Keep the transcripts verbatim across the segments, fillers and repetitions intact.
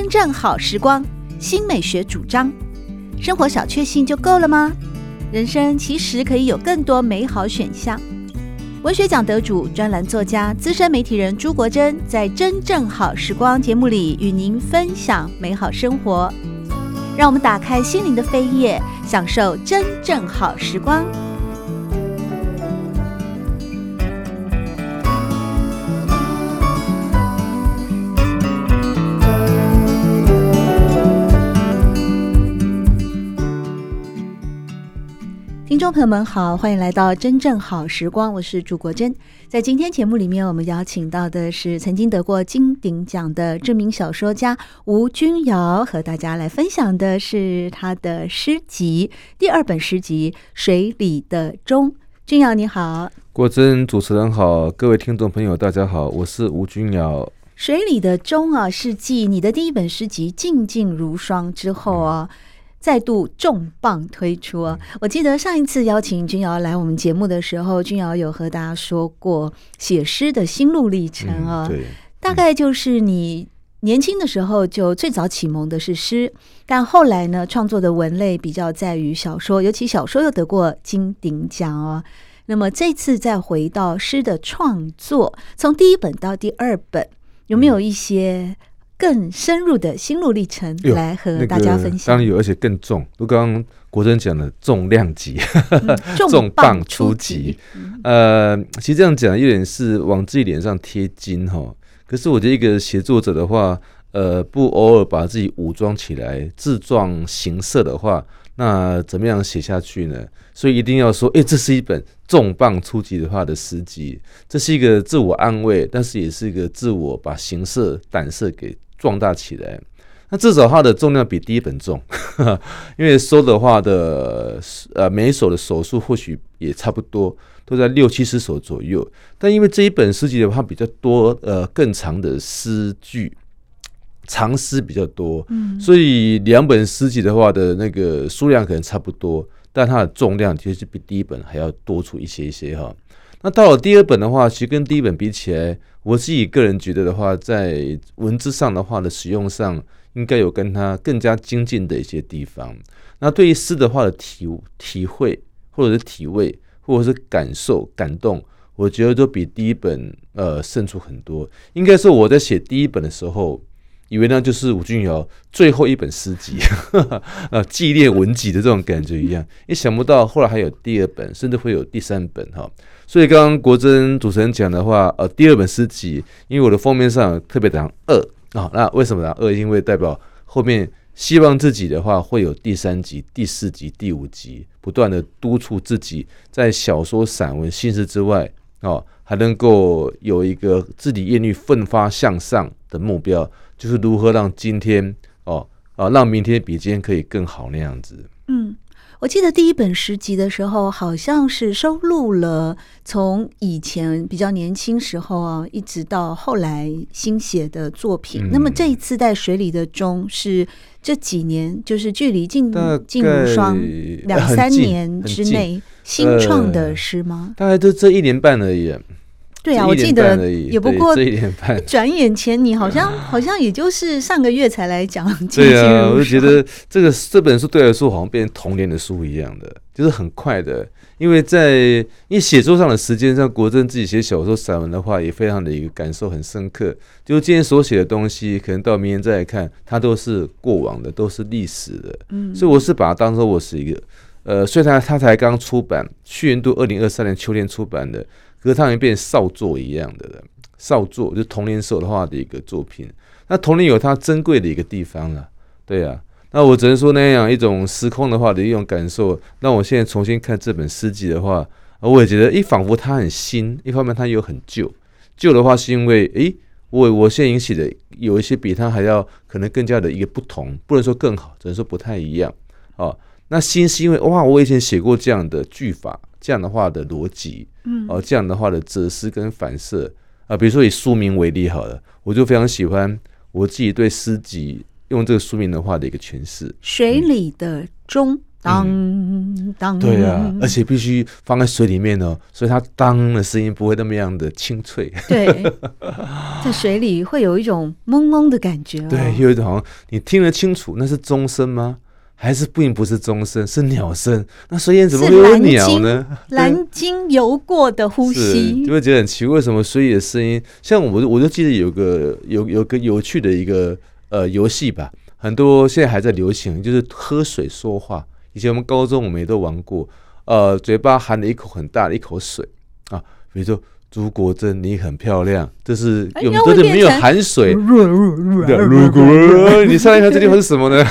正好时光，新美学主张。生活小确幸就够了吗？人生其实可以有更多美好选项。文学奖得主、专栏作家、资深媒体人朱国珍在《真正好时光》节目里与您分享美好生活。让我们打开心灵的扉页，享受真正好时光。听众朋友们好，欢迎来到真正好时光，我是朱国珍。在今天节目里面，我们邀请到的是曾经得过金鼎奖的知名小说家吴君瑶，和大家来分享的是他的诗集，第二本诗集《水里的钟》。君瑶你好。 国珍主持人好，各位听众朋友大家好，我是吴君瑶。 水里的钟啊，是继你的第一本诗集《静静如霜》之后啊、嗯再度重磅推出啊！我记得上一次邀请君瑶来我们节目的时候，君瑶有和大家说过写诗的心路历程啊、嗯。大概就是你年轻的时候就最早启蒙的是诗，但后来呢，创作的文类比较在于小说，尤其小说又得过金鼎奖哦。那么这次再回到诗的创作，从第一本到第二本，有没有一些更深入的心路历程来和大家分享？ 那个、当然有，而且更重。就刚刚国珍讲的重量级、 嗯、 重磅出击。呃，其实这样讲有点是往自己脸上贴金哈。可是我觉得一个写作者的话，呃，不偶尔把自己武装起来，自壮形色的话，那怎么样写下去呢？所以一定要说，哎、欸，这是一本重磅出击的话的诗集，这是一个自我安慰，但是也是一个自我把形色胆色给壮大起来。那至少它的重量比第一本重，因为收的话的呃每一首的首数或许也差不多，都在六七十首左右。但因为这一本诗集的话，它比较多呃更长的诗句，长诗比较多，嗯，所以两本诗集的话的那个数量可能差不多，但它的重量其实比第一本还要多出一些一些哈。那到了第二本的话，其实跟第一本比起来，我自己个人觉得的话，在文字上的话的使用上，应该有跟它更加精进的一些地方。那对于诗的话的体体会，或者是体味，或者是感受、感动，我觉得都比第一本呃胜出很多。应该说我在写第一本的时候，以为那就是吴君瑶最后一本诗集，呃，纪念文集的这种感觉一样。也想不到后来还有第二本，甚至会有第三本哈。所以刚刚国珍主持人讲的话，呃，第二本诗集，因为我的封面上特别讲二啊，那为什么讲二？因为代表后面希望自己的话会有第三集、第四集、第五集，不断的督促自己在小说、散文、新诗之外，哦，还能够有一个自己愿意奋发向上的目标，就是如何让今天哦啊，让明天比今天可以更好那样子。 嗯。我记得第一本诗集的时候，好像是收录了从以前比较年轻时候啊，一直到后来新写的作品。嗯、那么这一次在水里的钟是这几年，就是距离静静如霜两三年之内新创的诗吗？ 呃、大概就这一年半而已。 对啊，我记得也不过这一年半， 转眼前你好像好像也就是上个月才来讲静静对啊，我就觉得这个这本书对我来说好像变成童年的书一样的，就是很快的。因为在因为写作上的时间，像国珍自己写小说散文的话，也非常的一个感受很深刻。就是今天所写的东西，可能到明天再来看，它都是过往的，都是历史的。嗯，所以我是把它当作我是一个呃，虽然它才刚出版，去年度二零二三年秋天出版的。可是它已经变少作一样的了，少作就是童年时候的话的一个作品。那童年有它珍贵的一个地方了，对啊。那我只能说那样一种时空的话的一种感受，让我现在重新看这本诗集的话，我也觉得，诶，仿佛它很新，一方面它又很旧。旧的话是因为，诶，我我现在引起的有一些比它还要可能更加的一个不同，不能说更好，只能说不太一样。哦，那新是因为哇，我以前写过这样的句法。这样的话的逻辑，嗯，哦，这样的话的哲思跟反射啊，比如说以书名为例好了，我就非常喜欢我自己对诗集用这个书名的话的一个诠释。 水里的钟， 当当， 对啊，而且必须放在水里面哦，所以它当的声音不会那么样的清脆。 对，在水里会有一种懵懵的感觉、哦。 对，有一种好像你听得清楚，那是钟声吗？还是并不是钟声，是鸟声？那水里怎么会有鸟呢？ 蓝鲸游过的呼吸， 就会觉得很奇怪，为什么水里的声音？像我，我就记得有个有有个有趣的一个呃游戏吧，很多现在还在流行，就是喝水说话。以前我们高中我们也都玩过，呃，嘴巴含了一口很大的一口水啊，比如说朱国珍你很漂亮，这是我们这里没有含水。如果你猜一下这地方是什么呢？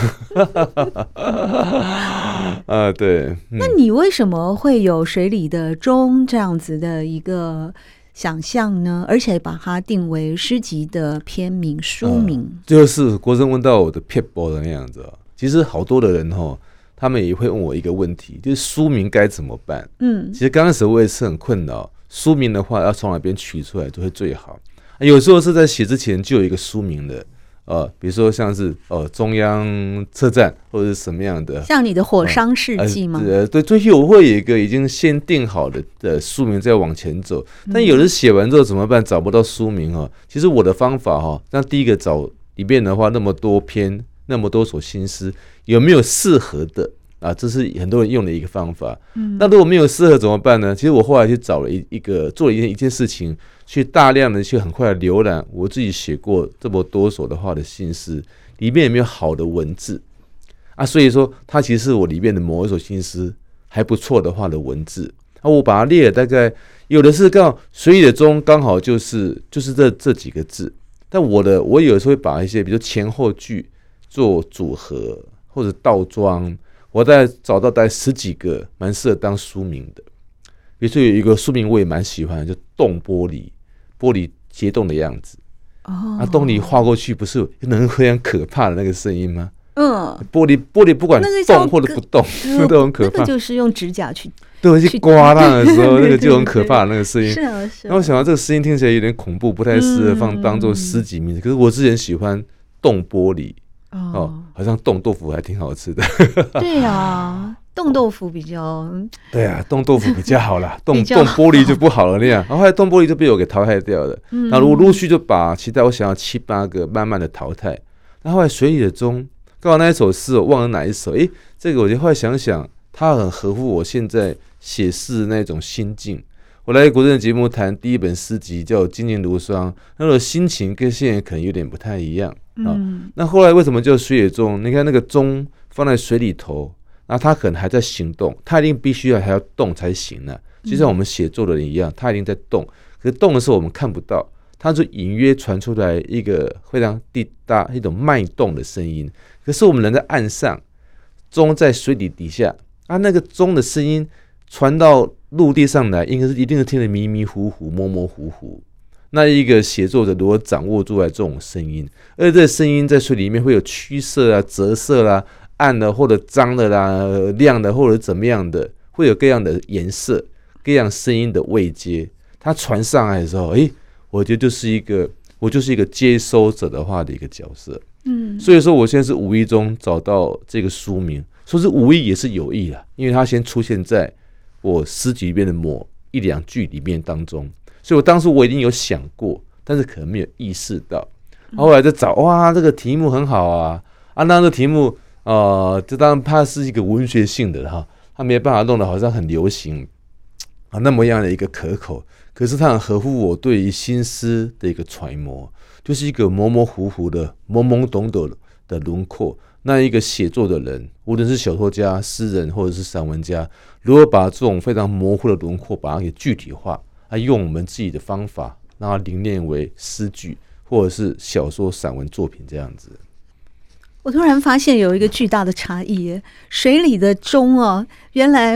啊，对。 嗯、那你为什么会有水里的钟这样子的一个想象呢？而且把它定为诗集的篇名书名， 嗯、就是国珍问到我的撇步的那样子、哦。其实好多的人哈。他们也会问我一个问题，就是书名该怎么办？嗯，其实刚开始我也是很困扰，书名的话要从哪边取出来就会最好。有时候是在写之前就有一个书名的，呃，比如说像是呃中央车站或者是什么样的， 像你的火伤事迹吗？ 呃，对，最后我会有一个已经先定好的的书名再往前走。但有的写完之后怎么办？找不到书名哈。其实我的方法哈，那第一个找里面的话那么多篇。那么多首新诗，有没有适合的啊？这是很多人用的一个方法。嗯，那如果没有适合怎么办呢？其实我后来去找了一一个做了一件一件事情，去大量的去很快的浏览我自己写过这么多首的话的新诗，里面有没有好的文字啊？所以说，它其实是我里面的某一首新诗还不错的话的文字。啊，我把它列了，大概有的是刚好水里的钟，刚好就是就是这这几个字。但我的我有时候会把一些，比如前后句。做组合或者倒装，我大概找到大概十几个蛮适合当书名的。比如说有一个书名我也蛮喜欢的，就动玻璃，玻璃结冻的样子。哦，啊，动力划过去不是能非常可怕的那个声音吗？嗯，玻璃玻璃不管动或者不动，那都很可怕。 那个就是用指甲去对去刮它的时候，那个就很可怕的那个声音。 是啊，是啊。 然后我想到这个声音听起来有点恐怖，不太适合放当做诗集名字。可是我之前喜欢动玻璃。哦，好像冻豆腐还挺好吃的。对啊，冻豆腐比较…… 对啊，冻豆腐比较好啦，冻冻玻璃就不好了那样。然后后来冻玻璃就被我给淘汰掉了。嗯，然后我陆续就把其他我想要七八个慢慢的淘汰。然后后来水里的钟，刚好那一首诗我忘了哪一首，诶，这个我就后来想想，它很合乎我现在写诗的那种心境。我来国珍的节目谈第一本诗集叫《精进如霜》，那个心情跟现在可能有点不太一样。嗯，那后来为什么叫水里钟？你看那个钟放在水里头，那它可能还在行动，它一定必须要还要动才行呢、啊。就像我们写作的人一样，它一定在动，可是动的时候我们看不到，它就隐约传出来一个非常滴答一种脉动的声音。可是我们人在岸上，钟在水底底下，啊，那个钟的声音传到陆地上来，应该是一定是听得迷迷糊糊、模模糊糊。那一个写作者如果掌握住来这种声音，而这个声音在水里面会有曲色啊、折射啦、暗的或者脏的啦、亮的或者怎么样的，会有各样的颜色、各样声音的位阶。它传上来的时候，诶，我觉得就是一个，我就是一个接收者的话的一个角色。嗯，所以说我现在是无意中找到这个书名，说是无意也是有意啦，因为它先出现在我诗集里面的某一两句里面当中。所以我当时我已经有想过，但是可能没有意识到。后来就找，哇，这个题目很好啊！啊，那这个题目，呃，这当然它是一个文学性的哈，它没办法弄得好像很流行啊那么样的一个可口。可是它很合乎我对于新诗的一个揣摩，就是一个模模糊糊的、懵懵懂懂的轮廓。那一个写作的人，无论是小说家、诗人或者是散文家，如何把这种非常模糊的轮廓把它给具体化。啊，用我们自己的方法，让它凝练为诗句，或者是小说、散文作品这样子。 我突然发现有一个巨大的差异耶，水里的钟哦，原来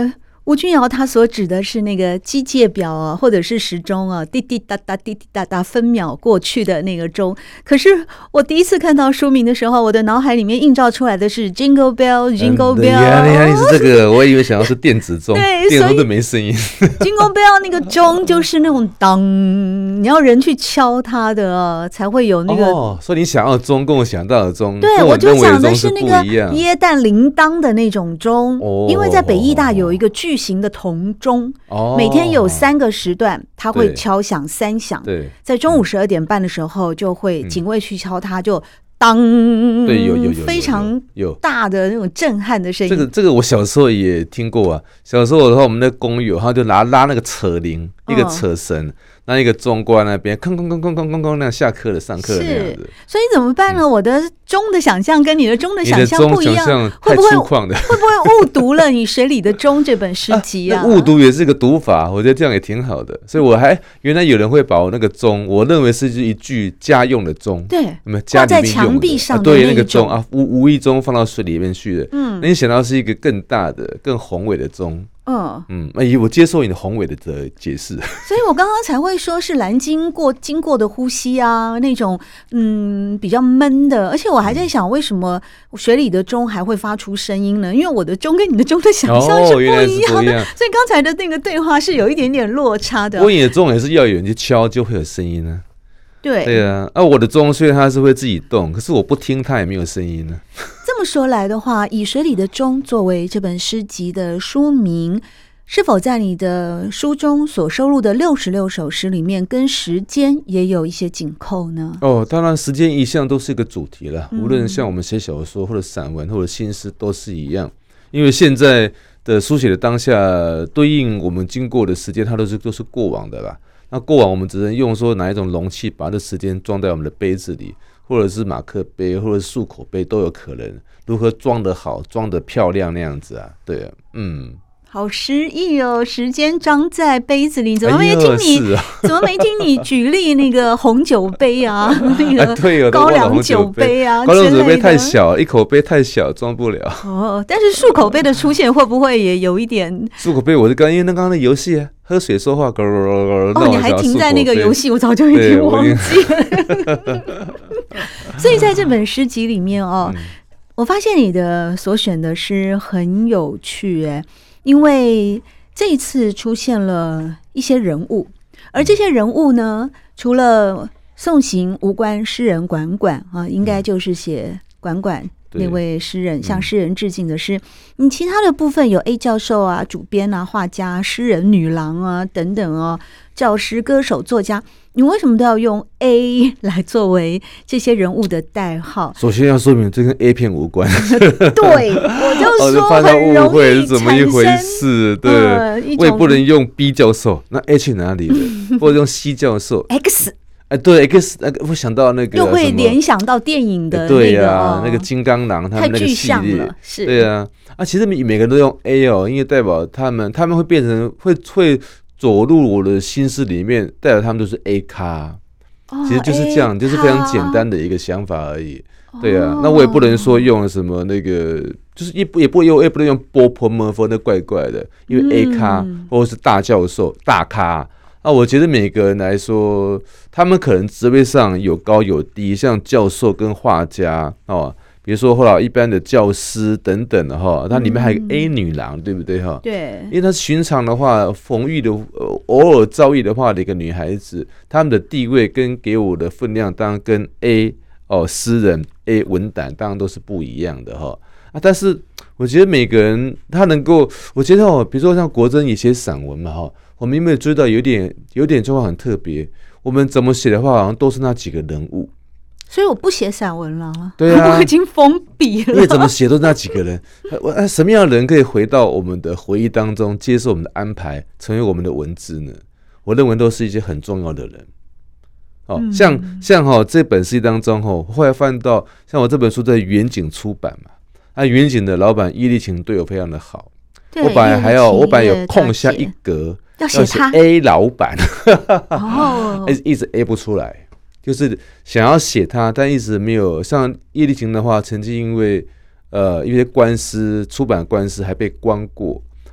吴君瑶他所指的是那个机械表啊，或者是时钟啊，滴滴答答滴滴答答分秒过去的那个钟。可是我第一次看到书名的时候，我的脑海里面映照出来的是 Jingle Bell Jingle Bell。 原来原来你是这个，我以为想要是电子钟， 对， 电子钟都没声音。 Jingle Bell 那个钟就是那种当，你要人去敲它的才会有那个。 哦，所以你想要的钟跟我想到的钟， 对， 我我就讲的是那个耶诞铃铛的那种钟，哦、因为在北艺大有一个巨型的铜钟，哦、每天有三个时段，它会敲响三响。 对， 在中午十二点半的时候，就会警卫去敲它，就当， 对，有有有非常大的那种震撼的声音。 这个这个我小时候也听过啊。小时候的话，我们那工友他就拿拉那个扯铃，一个扯绳。嗯，那一个钟挂在那边，哐哐哐哐哐哐哐，那样下课了，上课了那样子。 所以怎么办呢？嗯、我的钟的想象跟你的钟的想象不一样， 会不会会不会误读了你水里的钟这本诗集啊？ 误、啊、读也是一个读法，我觉得这样也挺好的。所以我还原来有人会把我那个钟，我认为是一句家用的钟， 对， 挂在墙壁上的对那个钟啊，无无意中放到水里面去的。嗯，那你想到是一个更大的、更宏伟的钟。嗯嗯，哎，我接受你的宏伟的的解释， 所以我刚刚才会说是蓝鲸过经过的呼吸啊，那种嗯比较闷的，而且我还在想为什么水里的钟还会发出声音呢？因为我的钟跟你的钟的想象是不一样的，哦、 一样所以刚才的那个对话是有一点点落差的。 不过你的钟也是要有人去敲就会有声音呢、啊。 对对啊，啊，我的钟虽然它是会自己动，可是我不听它也没有声音呢、啊。 这么说来的话，以水里的钟作为这本诗集的书名，是否在你的书中所收录的六十六首诗里面，跟时间也有一些紧扣呢？ 哦，当然，时间一向都是一个主题了。无论像我们写小说或者散文或者新诗都是一样，因为现在的书写的当下对应我们经过的时间，它都是都是过往的啦。那过往我们只能用说哪一种容器把这时间装在我们的杯子里，或者是马克杯，或者是漱口杯都有可能。如何装得好，装得漂亮那样子啊？对啊，嗯。 好诗意哦！时间装在杯子里，怎么没听你？哎啊、怎么没听你举例那个红酒杯啊？那个高粱酒杯啊， 高粱酒杯太小，一口杯太小，装不了。 哦，但是漱口杯的出现会不会也有一点？ 漱口杯，我是刚因为那刚刚的游戏啊，喝水说话，咯咯咯咯。 哦，你还停在那个游戏，我早就已经忘记了。所以在这本诗集里面哦，嗯、我发现你的所选的诗很有趣，哎。因为这一次出现了一些人物，而这些人物呢，除了宋行无关诗人管管啊，应该就是写管管那位诗人向诗人致敬的诗。你、嗯、其他的部分有 A 教授啊、主编啊、画家、诗人、女郎啊等等哦，教师、歌手、作家。你为什么都要用 A 来作为这些人物的代号？ 首先要说明这跟 A 片无关。 对，我就说很容易是怎么一回事？对，呃、我也不能用 B 教授，那 H 哪里了？或者用 C 教授 X。 哎，对 X， 我想到那个又会联想到电影的、那个、 对呀、啊，那个金刚狼他们那个系列， 是， 对啊，啊，其实每每个人都用 A 哦，因为代表他们他们会变成会会。走入我的心思里面，代表他们都是 A 咖，哦、其实就是这样，就是非常简单的一个想法而已。对啊，哦、那我也不能说用什么那个，就是也不也不用也不能用波波摩佛，那怪怪的，因为 A 咖、嗯、或者是大教授、大咖啊，我觉得每个人来说，他们可能职位上有高有低，像教授跟画家哦。比如说后来一般的教师等等的哈，它里面还有 A 女郎，嗯、对不对哈？ 对， 因为它寻常的话，逢遇的、呃、偶尔遭遇的话的一个女孩子，她们的地位跟给我的分量，当然跟 A 哦诗人 A 文胆当然都是不一样的哈啊。但是我觉得每个人他能够，我觉得哦，比如说像国珍也写散文嘛哈，我们有没有追到有点有点状况很特别？我们怎么写的话，好像都是那几个人物。 所以我不写散文了， 对啊， 我已经封闭了。 你怎么写都是那几个人，什么样的人可以回到我们的回忆当中，接受我们的安排，成为我们的文字呢？我认为都是一些很重要的人。哦，嗯、像像哈、哦、这本诗当中哈、哦，后来翻到像我这本书在远景出版嘛，那远景的老板叶立勤对我非常的好，我本来还要我本来有空下一格要写他 A 老板， 哦， 一直 A 不出来。就是想要写他，但一直没有。像叶立勤的话，曾经因为呃一些官司、出版官司还被关过。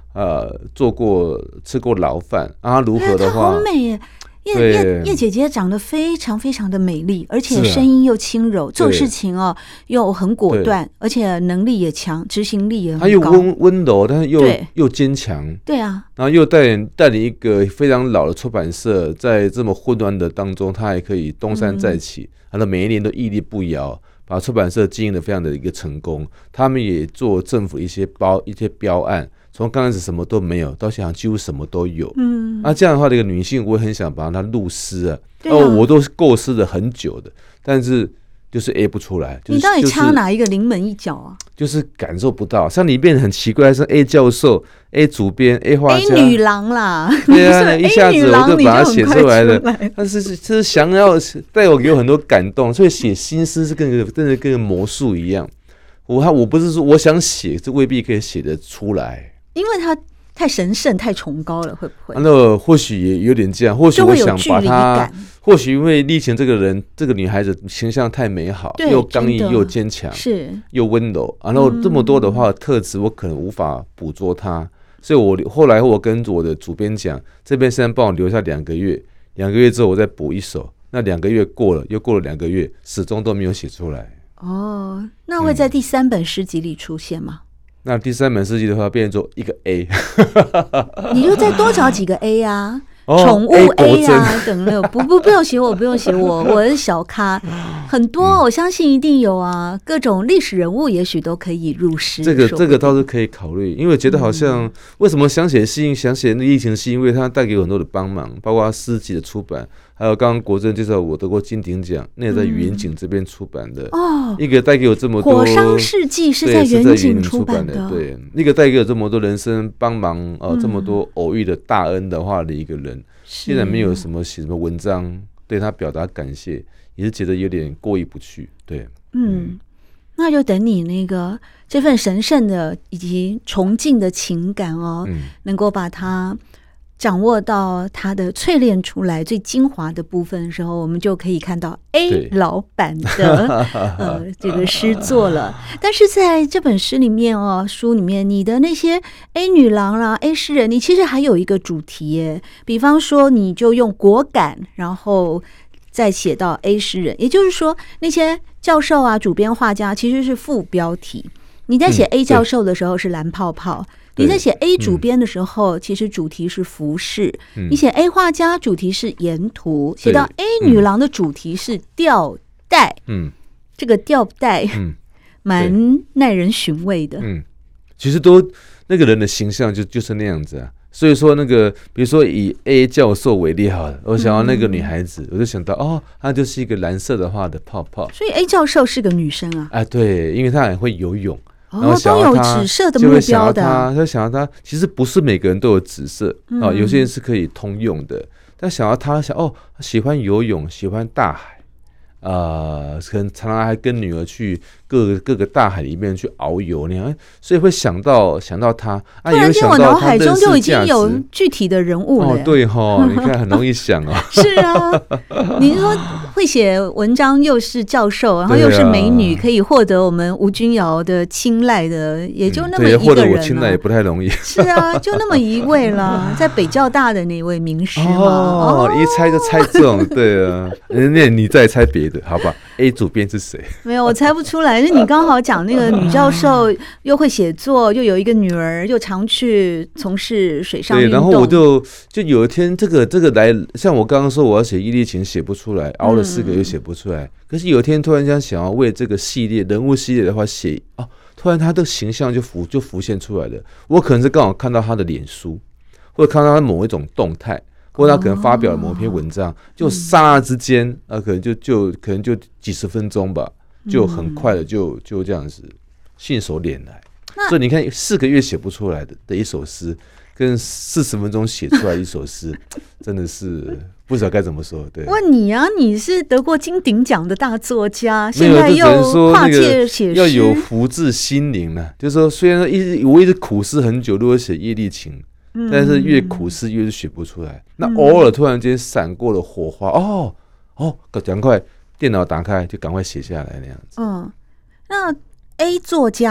呃做过吃过牢饭啊，如何的话， 好美耶。叶叶叶姐姐长得非常非常的美丽，而且声音又轻柔，做事情哦又很果断，而且能力也强，执行力也很高。 她又温温柔，但是又又坚强。对啊， 然后又带领带领一个非常老的出版社，在这么混乱的当中，她还可以东山再起，她的、嗯、每一年都屹立不摇，把出版社经营的非常的一个成功。他们也做政府一些包一些标案。从刚开始什么都没有，到现在几乎什么都有。嗯，那、啊、这样的话，这个女性我也很想把她入诗啊。哦、啊，我都构思了很久的，但是就是 A 不出来。就是、 你到底插哪一个临门一脚啊？ 就是感受不到，像里面很奇怪，是 A 教授、A 主编、A 画家、 A 女郎啦。 对啊，一下子我就把它写出来了。但是是想要带我给我很多感动，所以写新诗是跟真的跟魔术一样。我我不是说我想写，这未必可以写得出来。 因为它太神圣、太崇高了，会不会？ 那或许也有点这样，或许我想把它，或许因为丽琴这个人，这个女孩子形象太美好，又刚毅又坚强，是又温柔，然后这么多的话、嗯、特质，我可能无法捕捉她，所以我后来我跟我的主编讲，这边现在帮我留下两个月，两个月之后我再补一首，那两个月过了，又过了两个月，始终都没有写出来。 哦，那会在第三本诗集里出现吗？ 嗯那第三本诗集的话，变成做一个 A， 你就再多找几个 A 啊，宠、哦、物 A 啊，等等，不不不用写我，不用写我，我是小咖，很多、嗯，我相信一定有啊，各种历史人物也许都可以入诗。 这个这个倒是可以考虑，因为觉得好像、嗯、为什么想写诗，想写那疫情，是因为它带给我很多的帮忙，包括诗集的出版。还有刚刚国珍介绍我得过金鼎奖，那也在远景这边出版的、嗯、哦，一个带给我这么多火烧世纪是在远景出版的， 对，一个带给我这么多人生帮忙呃、嗯，这么多偶遇的大恩的话的一个人，竟然没有什么写什么文章对他表达感谢，也是觉得有点过意不去，对， 嗯，嗯那就等你那个这份神圣的以及崇敬的情感哦，嗯、能够把它。掌握到它的淬炼出来最精华的部分的时候，我们就可以看到 A 老板的呃这个诗作了。但是在这本诗里面哦，书里面你的那些 A 女郎啦、A 诗人，你其实还有一个主题耶。比方说，你就用果敢，然后再写到 A 诗人，也就是说，那些教授啊、主编、画家其实是副标题。你在写 A 教授的时候是蓝泡泡。嗯你在写 A 主编的时候、嗯、其实主题是服饰、嗯、你写 A 画家主题是沿途，写到 A 女郎的主题是吊带，嗯，这个吊带嗯蛮耐人寻味的，嗯， 其实都那个人的形象就就是那样子啊，所以说那个比如说以 A 教授为例好了，我想要那个女孩子、嗯、我就想到哦，她就是一个蓝色的画的泡泡， 所以 A 教授是个女生啊， 啊对，因为她很会游泳， 然后都有紫色的目标的， 他想要他其实不是每个人都有紫色、嗯哦、有些人是可以通用的，但想要他想哦，喜欢游泳，喜欢大海，呃，可能常常还跟女儿去各个各个大海里面去遨游那样，所以会想到想到他， 突然间我脑海中就已经有具体的人物了。 哦，对哦，你看很容易想哦。 是啊，你说会写文章又是教授，然后又是美女，可以获得我们吴君瑶的青睐的，也就那么一个人、啊嗯。 获得我青睐也不太容易。 是啊，就那么一位啦，在北教大的那位名师嘛。 哦，哦一猜就猜中，对啊，那你再猜别的。好吧 ，A 主编是谁？ 没有，我猜不出来。是你刚好讲那个女教授，又会写作，又有一个女儿，又常去从事水上运动。 对，然后我就就有一天，这个这个来，像我刚刚说我要写伊丽琴，写不出来，熬了四个月写不出来。嗯、可是有一天突然间想要为这个系列人物系列的话写哦，突然他的形象就浮就浮现出来了。我可能是刚好看到他的脸书，或者看到他某一种动态。或者他可能发表了某篇文章，哦、就刹那之间，啊、嗯，可能就就可能就几十分钟吧，就很快的就就这样子信手拈来。所以你看，四个月写不出来的的一首诗，跟四十分钟写出来一首诗，真的是不知道该怎么说。对， 问你啊，你是得过金鼎奖的大作家，现在又跨界写诗， 要有福至心灵呢、啊。就是说，虽然一直我一直苦思很久，如果写叶丽琴。但是越苦思越是写不出来，那偶尔突然间闪过了火花，哦哦，赶快电脑打开就赶快写下来那样子。 嗯，那 A 作家呢？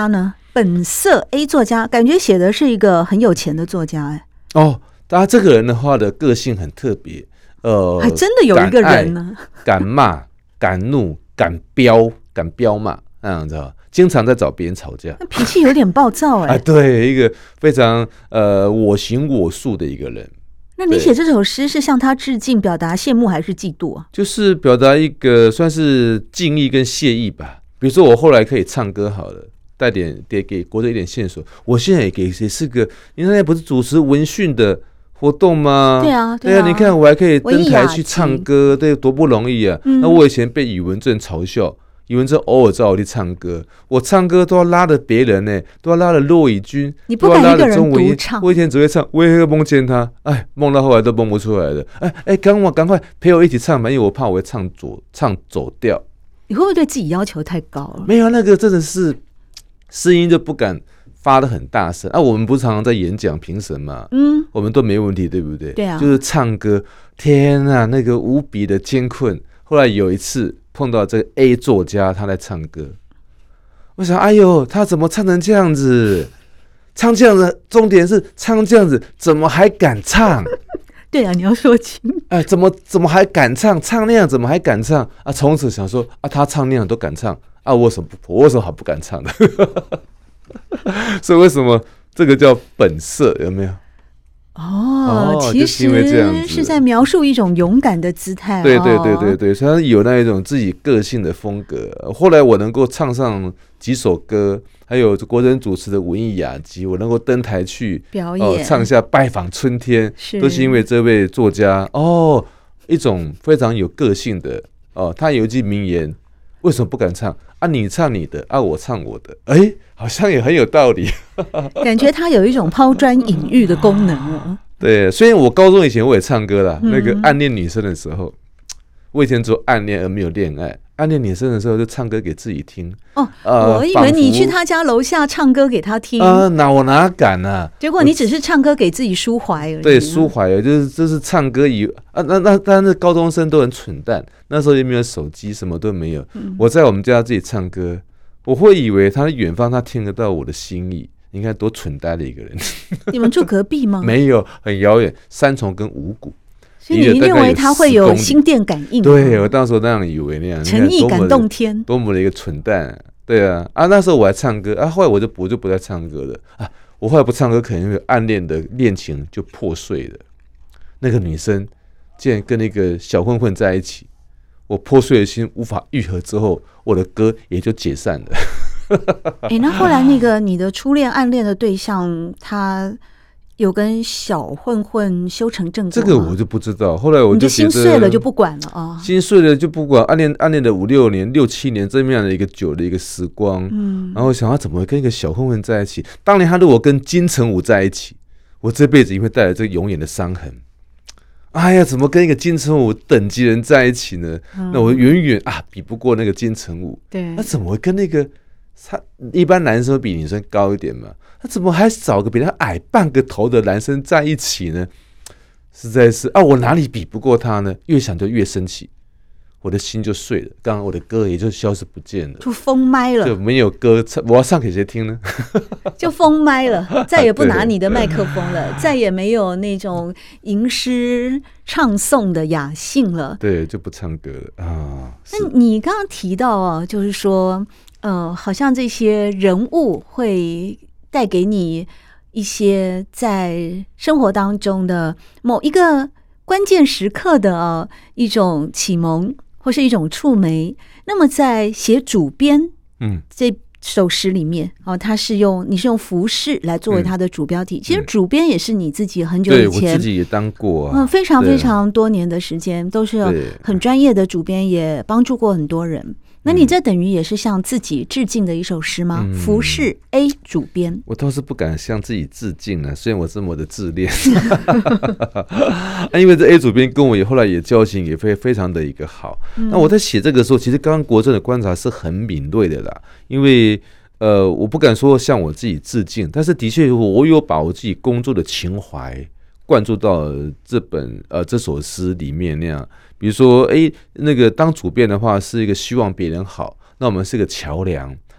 本色 A 作家，感觉写的是一个很有钱的作家哎。 哦，他这个人的话的个性很特别，呃， 还真的有一个人呢， 敢骂、敢怒、敢飙、敢飙骂，那样子啊，经常在找别人吵架， 脾气有点暴躁哎、 啊。对，一个非常呃我行我素的一个人。 那你写这首诗是向他致敬、表达羡慕还是嫉妒啊？ 就是表达一个算是敬意跟谢意吧。比如说我后来可以唱歌好了，带点给给国家一点线索。我现在也给也是个，你那天不是主持文讯的活动吗？ 对啊， 对 啊, 对啊，你看我还可以登台去唱歌，对，多不容易啊！嗯、那我以前被宇文正嘲笑。宇文正偶尔找我去唱歌，我唱歌都要拉着别人呢、欸，都要拉着骆以军， 你不敢一个人独唱。 我以前只会唱，我也会梦见他，哎，梦到后来都梦不出来了。哎哎，赶我赶快陪我一起唱吧，因为我怕我会唱走唱走调。 你会不会对自己要求太高了？ 没有，那个真的是声音就不敢发得很大声啊。我们不是常常在演讲评审嘛，嗯，我们都没问题，对不对？ 对啊， 就是唱歌，天啊，那个无比的艰困。后来有一次。碰到这个 A 作家，他在唱歌，我想，哎呦，他怎么唱成这样子？唱这样子，重点是唱这样子，怎么还敢唱？ 对啊，你要说清。 哎，怎么怎么还敢唱？唱那样怎么还敢唱？啊，从此想说，啊，他唱那样都敢唱，啊，我什么不，我为什么好不敢唱的？所以为什么这个叫本色？有没有？ 哦，哦其实是在描述一种勇敢的姿态。 对对对对对，所以他有那一种自己个性的风格。后来我能够唱上几首歌，还有国人主持的文艺雅集，我能够登台去表演、 呃、唱下《拜访春天》，都是因为这位作家哦，一种非常有个性的哦。他有一句名言：为什么不敢唱啊？你唱你的啊，我唱我的。哎，好像也很有道理。 感觉他有一种抛砖引玉的功能哦。 对，虽然我高中以前我也唱歌啦，嗯、那个暗恋女生的时候，我以前只有暗恋而没有恋爱。暗恋女生的时候就唱歌给自己听。 哦，呃、我以为你去他家楼下唱歌给他听。 啊、呃，那我哪敢啊？ 结果你只是唱歌给自己抒怀而已。 对，抒怀而已，就是就是唱歌以啊，那那当然，高中生都很蠢蛋，那时候也没有手机，什么都没有。嗯、我在我们家自己唱歌，我会以为他远方他听得到我的心意。你看多蠢呆的一个人！ 你们住隔壁吗？ 没有，很遥远，三重跟五股。 所以你认为他会有心电感应？ 对，我当时那样以为那样， 诚意感动天， 多么的一个蠢蛋、啊！对啊，啊，那时候我还唱歌啊，后来我就我就不再唱歌了啊。我后来不唱歌，可能因为暗恋的恋情就破碎了。那个女生竟然跟那个小混混在一起，我破碎的心无法愈合之后，我的歌也就解散了。 哎、欸，那后来那个你的初恋暗恋的对象，他有跟小混混修成正果吗？这个我就不知道。后来我就觉得你就心碎了就不管了啊， 心碎了就不管。暗恋暗恋了五六年、六七年这么样的一个久的一个时光，嗯，然后想他怎么跟一个小混混在一起？当年他如果跟金城武在一起，我这辈子也会带来这个永远的伤痕。哎呀，怎么跟一个金城武等级人在一起呢？嗯、那我远远啊比不过那个金城武。 对， 那怎么会跟那个？他一般男生会比女生高一点嘛，他怎么还找个比他矮半个头的男生在一起呢？实在是啊，我哪里比不过他呢？越想就越生气，我的心就碎了。刚刚我的歌也就消失不见了， 就封麦了， 就没有歌唱，我要唱给谁听呢？ 就封麦了，再也不拿你的麦克风了，再也没有那种吟诗唱诵的雅兴了。 对，就不唱歌了啊。 那你刚刚提到啊，就是说。呃，好像这些人物会带给你一些在生活当中的某一个关键时刻的、呃、一种启蒙或是一种触媒。那么在写主编嗯这首诗里面哦，他是用你是用浮世来作为他的主标题、嗯、其实主编也是你自己很久以前， 对我自己也当过、啊嗯、非常非常多年的时间，都是很专业的主编，也帮助过很多人。那你这等于也是向自己致敬的一首诗吗？嗯、浮世 A 主编， 我倒是不敢向自己致敬啊，虽然我这么的自恋，啊、因为这 A 主编跟我也后来也交情也非非常的一个好。嗯、那我在写这个时候，其实刚刚国正的观察是很敏锐的啦，因为呃，我不敢说向我自己致敬，但是的确我有把我自己工作的情怀灌注到这本呃这首诗里面那样。比如说，哎，那个当主编的话是一个希望别人好，那我们是个桥梁。啊，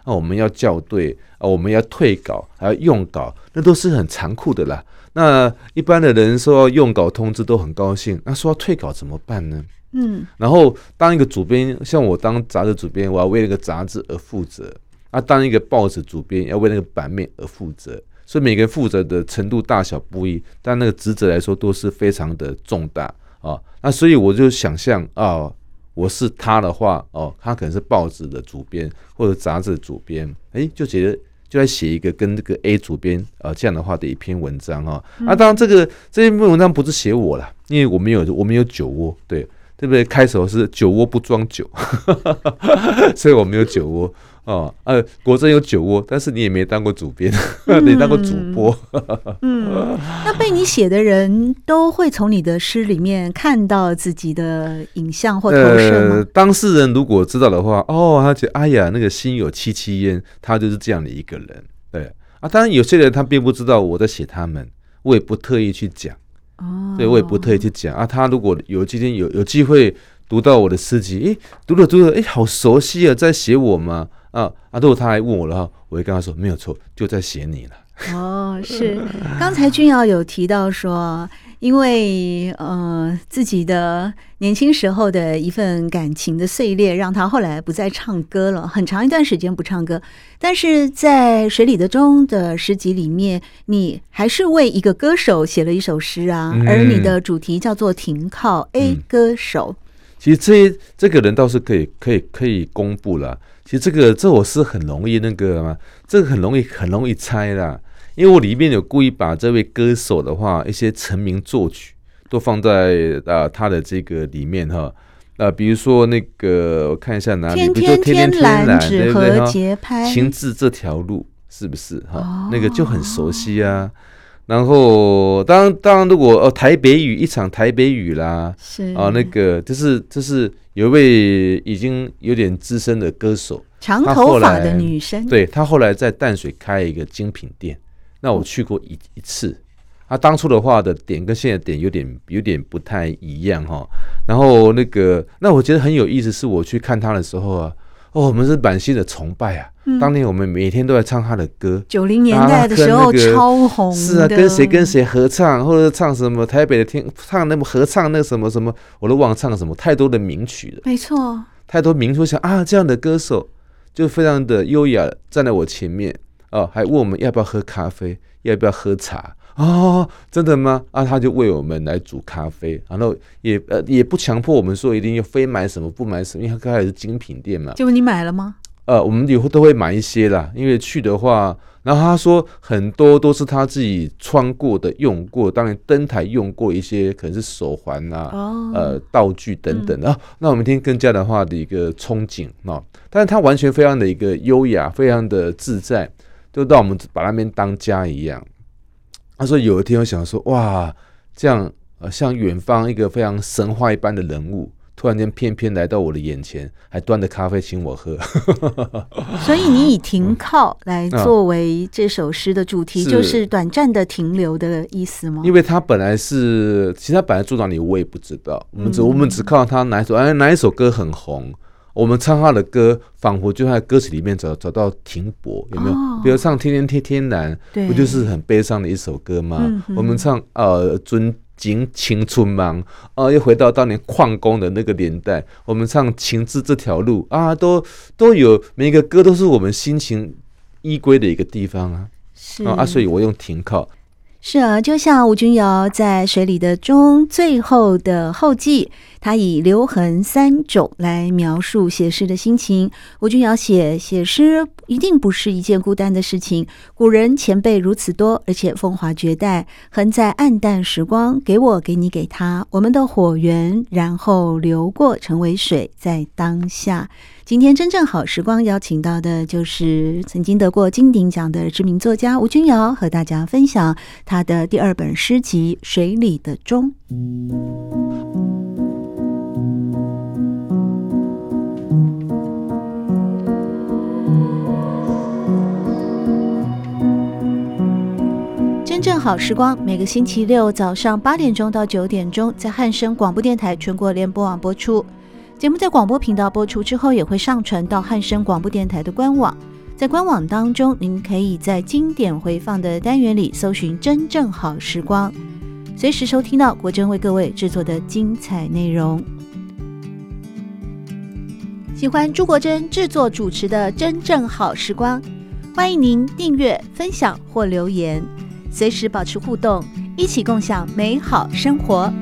那我们要校对啊，我们要退稿，还要用稿，那都是很残酷的啦。那一般的人收到用稿通知都很高兴，那说到退稿怎么办呢？嗯，然后当一个主编，像我当杂志主编，我要为那个杂志而负责；啊，当一个报纸主编，要为那个版面而负责。所以每个人负责的程度大小不一，但那个职责来说都是非常的重大啊。那所以我就想象啊，我是他的话，哦，他可能是报纸的主编或者杂志的主编，哎，就觉得就在写一个跟这个 A 主编啊这样的话的一篇文章哈。啊，当然这个这篇文章不是写我啦，因为我们有我们有酒窝，对。对不对？开首是酒窝不装酒，所以我没有酒窝哦。呃，国珍有酒窝，但是你也没当过主编，嗯、你当过主播。 嗯，那被你写的人都会从你的诗里面看到自己的影像或投射吗？ 呃，当事人如果知道的话，哦，他觉得哎呀，那个心有戚戚焉，他就是这样的一个人。对啊，当然有些人他并不知道我在写他们，我也不特意去讲。哦，对，我也不特意去讲啊。他如果有今天有有机会读到我的诗集，诶，读着读着，诶，好熟悉啊，在写我吗？啊啊！如果他来问我的话，我会跟他说没有错，就在写你了。 哦，是。刚才君瑶有提到说，因为呃自己的年轻时候的一份感情的碎裂，让他后来不再唱歌了，很长一段时间不唱歌。但是在水里的钟的诗集里面，你还是为一个歌手写了一首诗啊，嗯、而你的主题叫做停靠 A 歌手。嗯、 其实这这个人倒是可以可以可以公布了。其实这个这我是很容易那个嘛，这个很容易很容易猜啦。因为我里面有故意把这位歌手的话一些成名作曲都放在啊他的这个里面哈，呃，比如说那个我看一下哪里， 天比如说天天天蓝， 只和节拍， 情字这条路是不是哈？哦、那个就很熟悉啊。然后当然当然，如果哦台北雨一场台北雨啦，是啊，那个就是就是有一位已经有点资深的歌手， 长头发的女生， 对他后来在淡水开一个精品店。那我去过一一次，他、啊、当初的话的点跟现在的点有点有点不太一样哈。然后那个，那我觉得很有意思，是我去看他的时候啊，哦，我们是满心的崇拜啊。嗯、当年我们每天都在唱他的歌， 九零年代的时候、那個、超红的， 是啊，跟谁跟谁合唱，或者唱什么台北的天唱那么合唱那什么什么，我都忘了唱什么，太多的名曲了， 没错， 太多名曲，想啊，这样的歌手就非常的优雅站在我前面。哦，还问我们要不要喝咖啡，要不要喝茶？哦，真的吗？啊，他就为我们来煮咖啡，然后也呃也不强迫我们说一定要非买什么不买什么，因为他刚才是精品店嘛。 结果你买了吗？ 呃，我们以后都会买一些啦，因为去的话，然后他说很多都是他自己穿过的、用过，当然登台用过一些，可能是手环啊、哦、呃道具等等啊、嗯。那我们听更加的话的一个憧憬啊，但是他完全非常的一个优雅，非常的自在。就让我们把那边当家一样。他说有一天我想说，哇，这样呃，像远方一个非常神话一般的人物，突然间偏偏来到我的眼前，还端着咖啡请我喝。 所以你以停靠来作为这首诗的主题，嗯、就是短暂的停留的意思吗？ 因为他本来是，其实他本来住哪里我也不知道，我们只、嗯、我们只靠他哪一首哎哪一首歌很红。我们唱他的歌，仿佛就在歌词里面找找到停泊，有没有？哦、比如唱《天天天天蓝》，不就是很悲伤的一首歌吗？嗯、我们唱呃《尊敬青春梦》，呃，又回到当年矿工的那个年代，我们唱《情字这条路》啊，都都有每一个歌都是我们心情依归的一个地方啊。是啊，所以我用停靠。 是啊，就像吴君瑶在《水里的钟》最后的后记，他以留痕三种来描述写诗的心情。吴君瑶写写诗一定不是一件孤单的事情，古人前辈如此多，而且风华绝代，横在暗淡时光，给我给你给他，我们的火源，然后流过成为水，在当下。今天真正好时光邀请到的就是曾经得过金鼎奖的知名作家吴君瑶，和大家分享他的第二本诗集《水里的钟》。真正好时光每个星期六早上八点钟到九点钟在汉声广播电台全国联播网播出。节目在广播频道播出之后，也会上传到汉声广播电台的官网。 在官网当中，您可以在经典回放的单元里搜寻真正好时光，随时收听到国珍为各位制作的精彩内容。喜欢朱国珍制作主持的真正好时光，欢迎您订阅、分享或留言，随时保持互动，一起共享美好生活。